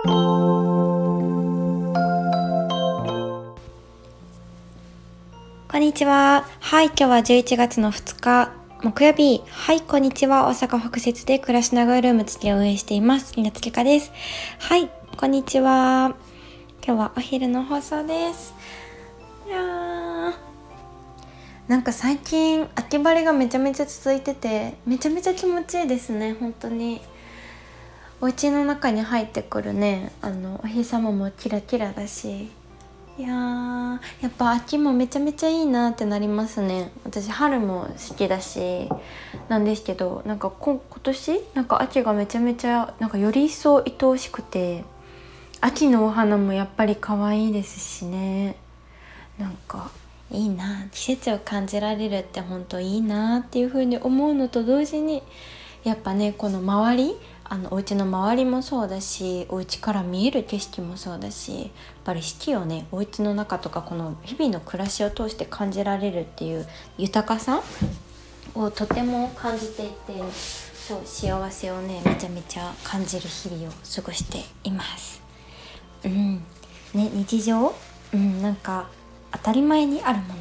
こんにちは。はい、今日は11月の2日木曜日。はい、こんにちは。大阪北節で暮らしながらルーム付きを運営しています稲月香です。はい、こんにちは。今日はお昼の放送です。いやー、なんか最近秋晴れがめちゃめちゃ続いてて、めちゃめちゃ気持ちいいですね。本当にお家の中に入ってくるね、お日様もキラキラだし、いやー、やっぱ秋もめちゃめちゃいいなってなりますね。私春も好きだしなんですけど、なんか今年なんか秋がめちゃめちゃなんかより一層愛おしくて、秋のお花もやっぱり可愛いですしね。なんかいいな、季節を感じられるって本当いいなっていう風に思うのと同時に、やっぱね、この周り、お家の周りもそうだし、お家から見える景色もそうだし、やっぱり四季をね、お家の中とかこの日々の暮らしを通して感じられるっていう豊かさをとても感じていて、そう幸せをねめちゃめちゃ感じる日々を過ごしています。ね、日常、なんか当たり前にあるも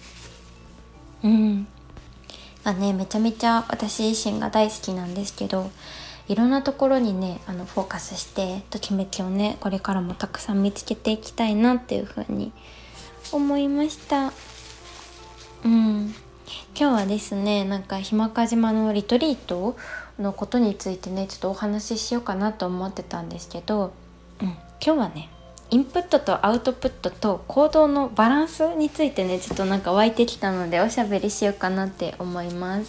の、がねめちゃめちゃ私自身が大好きなんですけど、いろんなところにねフォーカスしてときめきをねこれからもたくさん見つけていきたいなっていうふうに思いました。今日はですね、なんか日間賀島のリトリートのことについてねちょっとお話ししようかなと思ってたんですけど、今日はねインプットとアウトプットと行動のバランスについてねちょっとなんか湧いてきたのでおしゃべりしようかなって思います。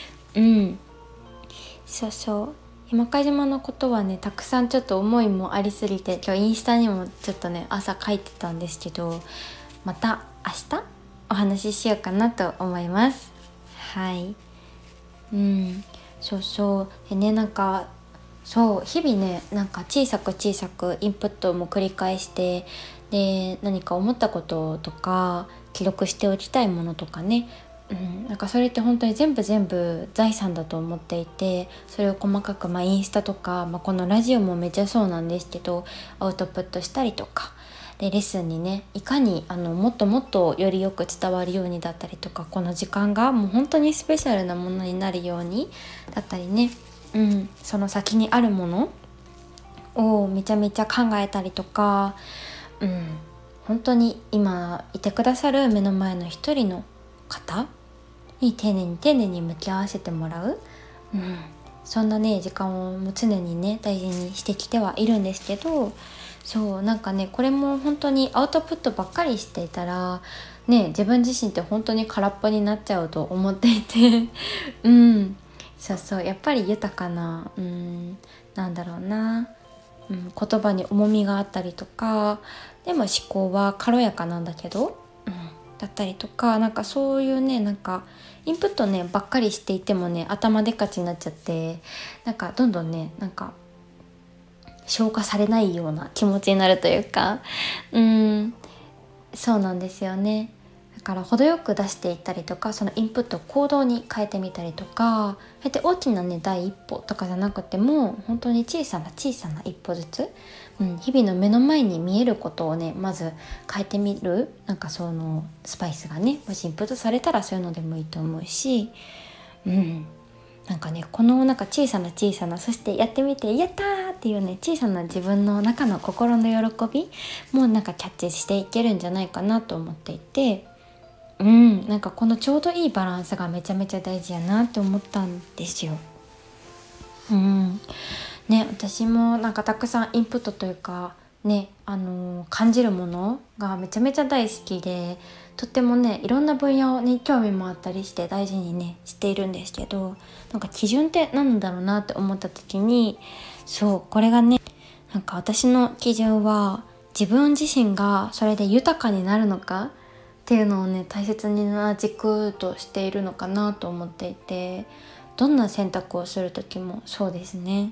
そう日間賀島のことはねたくさんちょっと思いもありすぎて、今日インスタにもちょっとね朝書いてたんですけど、また明日お話ししようかなと思います。はい。でね、なんかそう日々ねなんか小さく小さくインプットも繰り返して、で何か思ったこととか記録しておきたいものとかね、なんかそれって本当に全部財産だと思っていて、それを細かく、インスタとか、このラジオもめっちゃそうなんですけどアウトプットしたりとかで、レッスンにねいかにもっともっとよりよく伝わるようにだったりとか、この時間がもう本当にスペシャルなものになるようにだったりね、その先にあるものをめちゃめちゃ考えたりとか、本当に今いてくださる目の前の一人の方に丁寧に向き合わせてもらう、そんなね時間をもう常にね大事にしてきてはいるんですけど、そうなんかねこれも本当にアウトプットばっかりしていたらね、自分自身って本当に空っぽになっちゃうと思っていてやっぱり豊かな、なんだろうな、言葉に重みがあったりとか、でも思考は軽やかなんだけど、だったりとか、なんかそういうねなんかインプットねばっかりしていてもね頭でっかちになっちゃって、なんかどんどんねなんか消化されないような気持ちになるというか、そうなんですよね。だから程よく出していったりとか、そのインプットを行動に変えてみたりとか、そうやって大きなね第一歩とかじゃなくても本当に小さな一歩ずつ、日々の目の前に見えることをねまず変えてみる。なんかそのスパイスがねもしインプットされたらそういうのでもいいと思うし、なんかねこのなんか小さなそしてやってみてやったーっていうね小さな自分の中の心の喜びもなんかキャッチしていけるんじゃないかなと思っていて、なんかこのちょうどいいバランスがめちゃめちゃ大事やなって思ったんですよ。私もなんかたくさんインプットというかね、感じるものがめちゃめちゃ大好きで、とってもねいろんな分野に興味もあったりして大事にねしているんですけど、なんか基準って何なんだろうなって思った時に、これがねなんか私の基準は自分自身がそれで豊かになるのかっていうのをね大切な軸としているのかなと思っていて、どんな選択をする時もそうですね。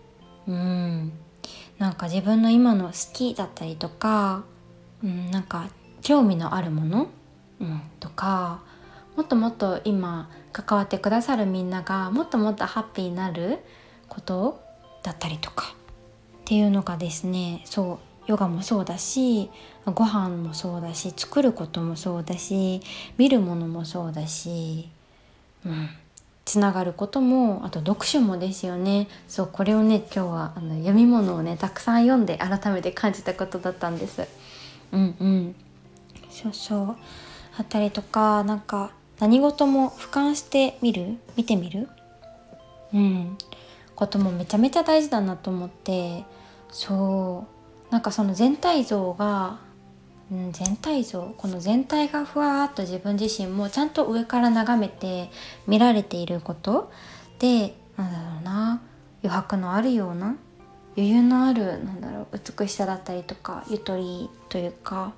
なんか自分の今の好きだったりとか、なんか興味のあるもの、とか、もっともっと今関わってくださるみんながもっともっとハッピーになることだったりとか、 ていうのがですね、そうヨガもそうだし、ご飯もそうだし、作ることもそうだし、見るものもそうだし、つながることも、あと読書もですよね。そう、これをね今日は読み物をねたくさん読んで改めて感じたことだったんです。そうそうあったりとか、なんか何事も俯瞰して見てみることもめちゃめちゃ大事だなと思って、なんかその全体像が、この全体がふわーっと自分自身もちゃんと上から眺めて見られていることで、なんだろうな、余白のあるような、余裕のある、美しさだったりとか、ゆとりというか、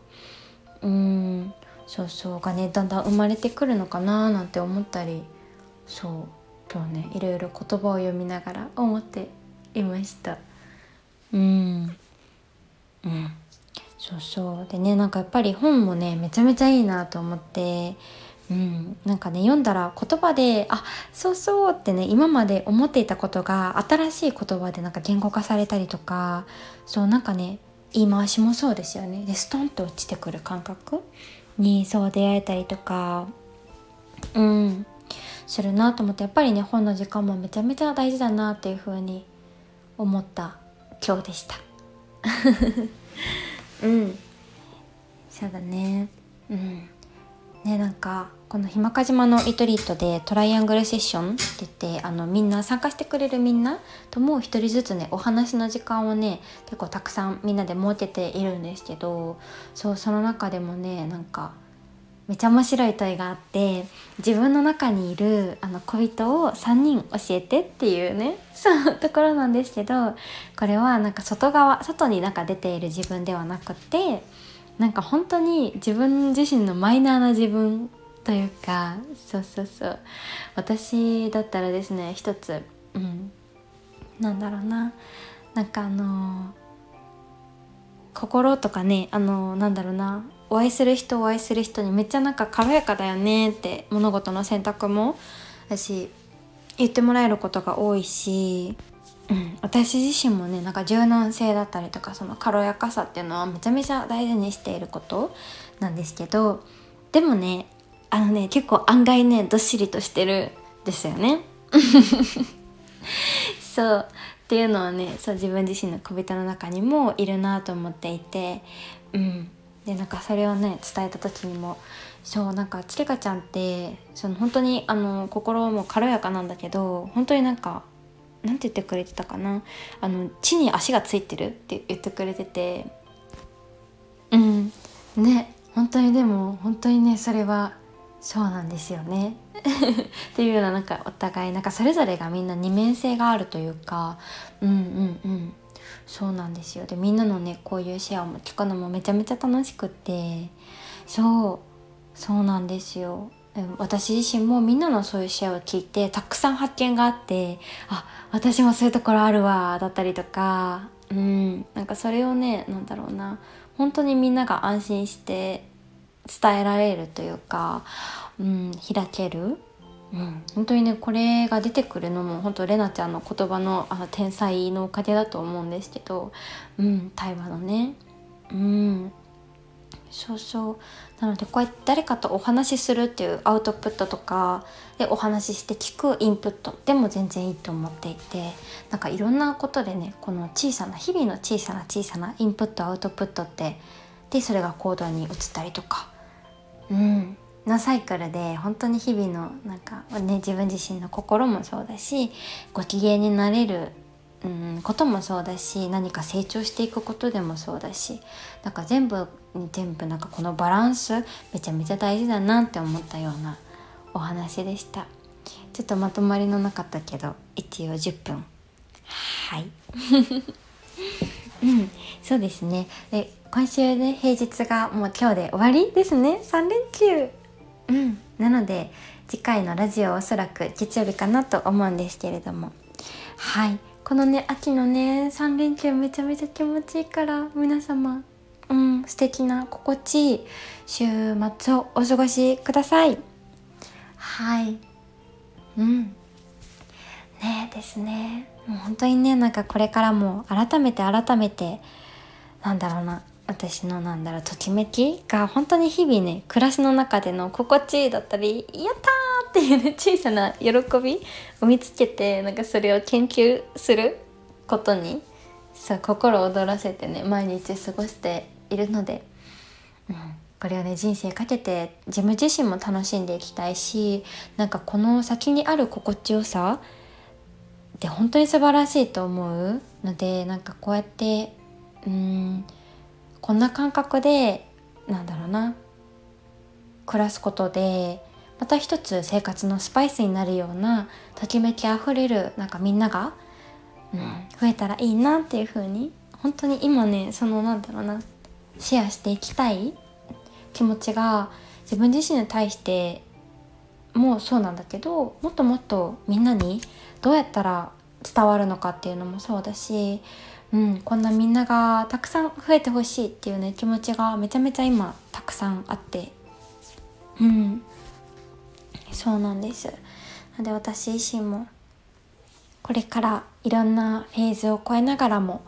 がねだんだん生まれてくるのかななんて思ったり、今日ねいろいろ言葉を読みながら思っていました。でね、なんかやっぱり本もねめちゃめちゃいいなと思って、なんかね読んだら言葉でってね、今まで思っていたことが新しい言葉でなんか言語化されたりとか、なんかね言い回しもそうですよね。でストンと落ちてくる感覚に出会えたりとかするなと思って、やっぱりね本の時間もめちゃめちゃ大事だなっていう風に思った今日でした。そうだね。なんかこのひまかじまのリトリートでトライアングルセッションって言って、みんな参加してくれるみんなとも一人ずつねお話の時間をね結構たくさんみんなで設けているんですけど、その中でもねなんかめちゃ面白い問いがあって、自分の中にいる小人を3人教えてっていうねところなんですけど、これはなんか外になんか出ている自分ではなくて、なんか本当に自分自身のマイナーな自分というか、私だったらですね一つ、なんだろうな、なんか心とかね、お会いする人にめっちゃなんか軽やかだよねって、物事の選択も私言ってもらえることが多いし、私自身もねなんか柔軟性だったりとか、その軽やかさっていうのはめちゃめちゃ大事にしていることなんですけど、でもね結構案外ねどっしりとしてるですよね。っていうのはね自分自身の小人の中にもいるなと思っていて、でなんかそれをね伝えた時にも、なんかちけかちゃんって本当に心も軽やかなんだけど、本当になんかなんて言ってくれてたかな、地に足がついてるって言ってくれてて、ね本当に、でも本当にねそれはそうなんですよねっていうような、なんかお互いなんかそれぞれがみんな二面性があるというか、そうなんですよ。でみんなのねこういうシェアも聞くのもめちゃめちゃ楽しくって、そうなんですよ。私自身もみんなのそういうシェアを聞いてたくさん発見があって、私もそういうところあるわだったりとか、なんかそれをね本当にみんなが安心して伝えられるというか、開ける、本当にねこれが出てくるのも本当レナちゃんの言葉の天才のおかげだと思うんですけど、対話のね、なのでこうやって誰かとお話しするっていうアウトプットとかでお話しして聞くインプットでも全然いいと思っていて、なんかいろんなことでねこの日々の小さなインプットアウトプットってでそれが行動に移ったりとかのサイクルで、本当に日々のなんかね自分自身の心もそうだし、ご機嫌になれることもそうだし、何か成長していくことでもそうだし、なんか全部なんかこのバランスめちゃめちゃ大事だなって思ったようなお話でした。ちょっとまとまりのなかったけど一応10分はいそうですね。で今週ね平日がもう今日で終わりですね。3連休なので次回のラジオはおそらく月曜日かなと思うんですけれども、このね秋のね3連休めちゃめちゃ気持ちいいから、皆様素敵な心地いい週末をお過ごしください。 ねですね。もう本当にね、なんかこれからも改めてなんだろうな、私のときめきが本当に日々ね、暮らしの中での心地いいだったり、やったーっていうね、小さな喜びを見つけて、なんかそれを研究することに心を躍らせてね、毎日過ごしているので、これをね、人生かけて自分自身も楽しんでいきたいし、なんかこの先にある心地よさって本当に素晴らしいと思うので、なんかこうやってこんな感覚で暮らすことで、また一つ生活のスパイスになるようなときめきあふれるなんかみんなが、増えたらいいなっていう風に、本当に今ね、シェアしていきたい気持ちが自分自身に対してもそうなんだけど、もっともっとみんなにどうやったら伝わるのかっていうのもそうだし、こんなみんながたくさん増えてほしいっていうね、気持ちがめちゃめちゃ今たくさんあって、そうなんです。なので私自身もこれからいろんなフェーズを超えながらも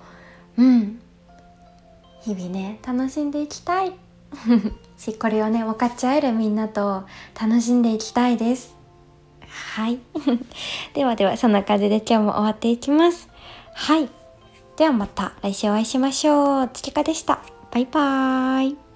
日々ね、楽しんでいきたいし、これをね、分かち合えるみんなと楽しんでいきたいです。はいではそんな感じで今日も終わっていきます。はい、ではまた来週お会いしましょう。つきかでした。バイバーイ。